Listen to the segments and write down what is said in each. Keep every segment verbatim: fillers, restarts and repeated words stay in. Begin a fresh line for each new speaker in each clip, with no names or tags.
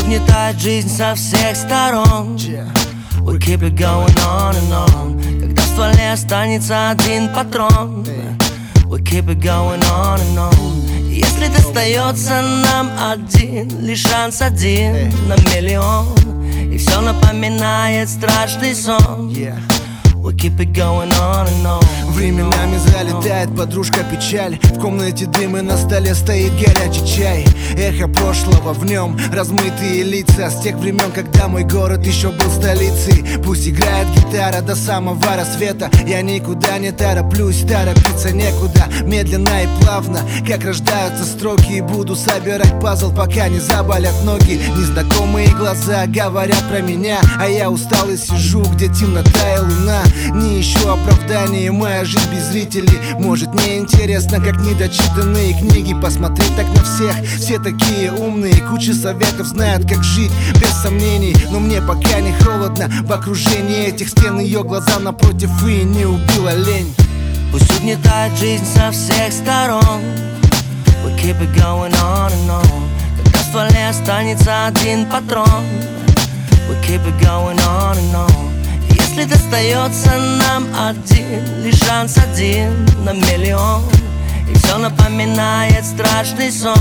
Угнетает жизнь со всех сторон. We keep it going on and on. Когда в стволе останется один патрон. We keep it going on and on. Если достается нам один, лишь шанс один на миллион, и все напоминает страшный сон. We keep it going on and on.
Временами залетает подружка печаль. В комнате дым и на столе стоит горячий чай. Эхо прошлого, в нем размытые лица с тех времен, когда мой город еще был столицей. Пусть играет гитара до самого рассвета, я никуда не тороплюсь, торопиться некуда. Медленно и плавно, как рождаются строки, и буду собирать пазл, пока не заболят ноги. Незнакомые глаза говорят про меня, а я устал и сижу, где темнота и луна. Не ищу оправдания, моя жизнь без зрителей. Может, мне интересно, как недочитанные книги. Посмотреть так на всех, все такие умные. Куча советов знают, как жить, без сомнений. Но мне пока не холодно в окружении этих стен. Ее глаза напротив и не убила лень.
Пусть угнетает жизнь со всех сторон. We keep it going on and on. Когда в стволе останется один патрон. We keep it going on and on. Если достается нам один, лишь шанс один на миллион, и все напоминает страшный сон.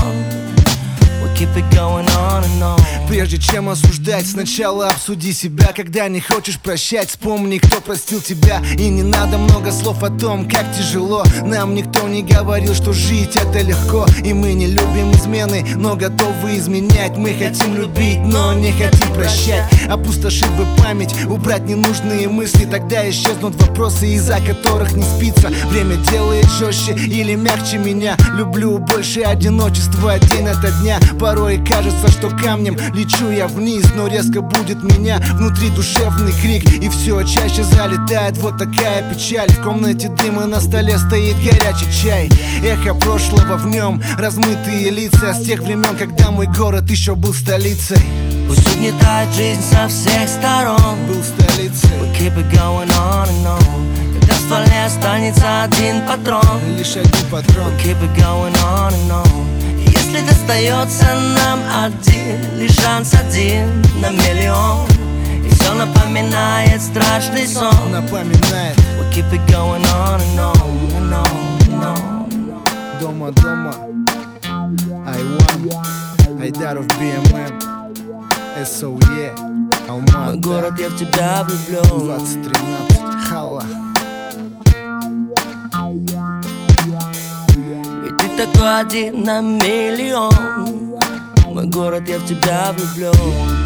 We keep it going on and on.
Прежде чем осуждать, сначала обсуди себя. Когда не хочешь прощать, вспомни, кто простил тебя. И не надо много слов о том, как тяжело. Нам никто не говорил, что жить это легко. И мы не любим измены, но готовы изменять. Мы хотим любить, но не хотим прощать. Опустошить бы память, убрать ненужные мысли. Тогда исчезнут вопросы, из-за которых не спится. Время делает жестче или мягче меня. Люблю больше одиночества день ото дня. Порой кажется, что камнем лечу я вниз, но резко будет меня внутри душевный крик, и все чаще залетает вот такая печаль. В комнате дыма, на столе стоит горячий чай. Эхо прошлого, в нем размытые лица с тех времен, когда мой город еще был столицей.
Пусть угнетает жизнь со всех сторон.
Был столицей.
We keep it going on and on. Когда в стволе останется один патрон.
Лишь один патрон.
We keep it going on and on. Если достается нам один, лишь шанс один на миллион, и все напоминает страшный сон.
Напоминает.
We keep it going on and on and on and on.
Дома, дома. ай ван, Айдаров би эм эм, эс о е, Алмата.
Мой город, я в тебя влюблен.
двадцать тринадцать, Хала.
Ты такой один на миллион. Мой город, я в тебя влюблен.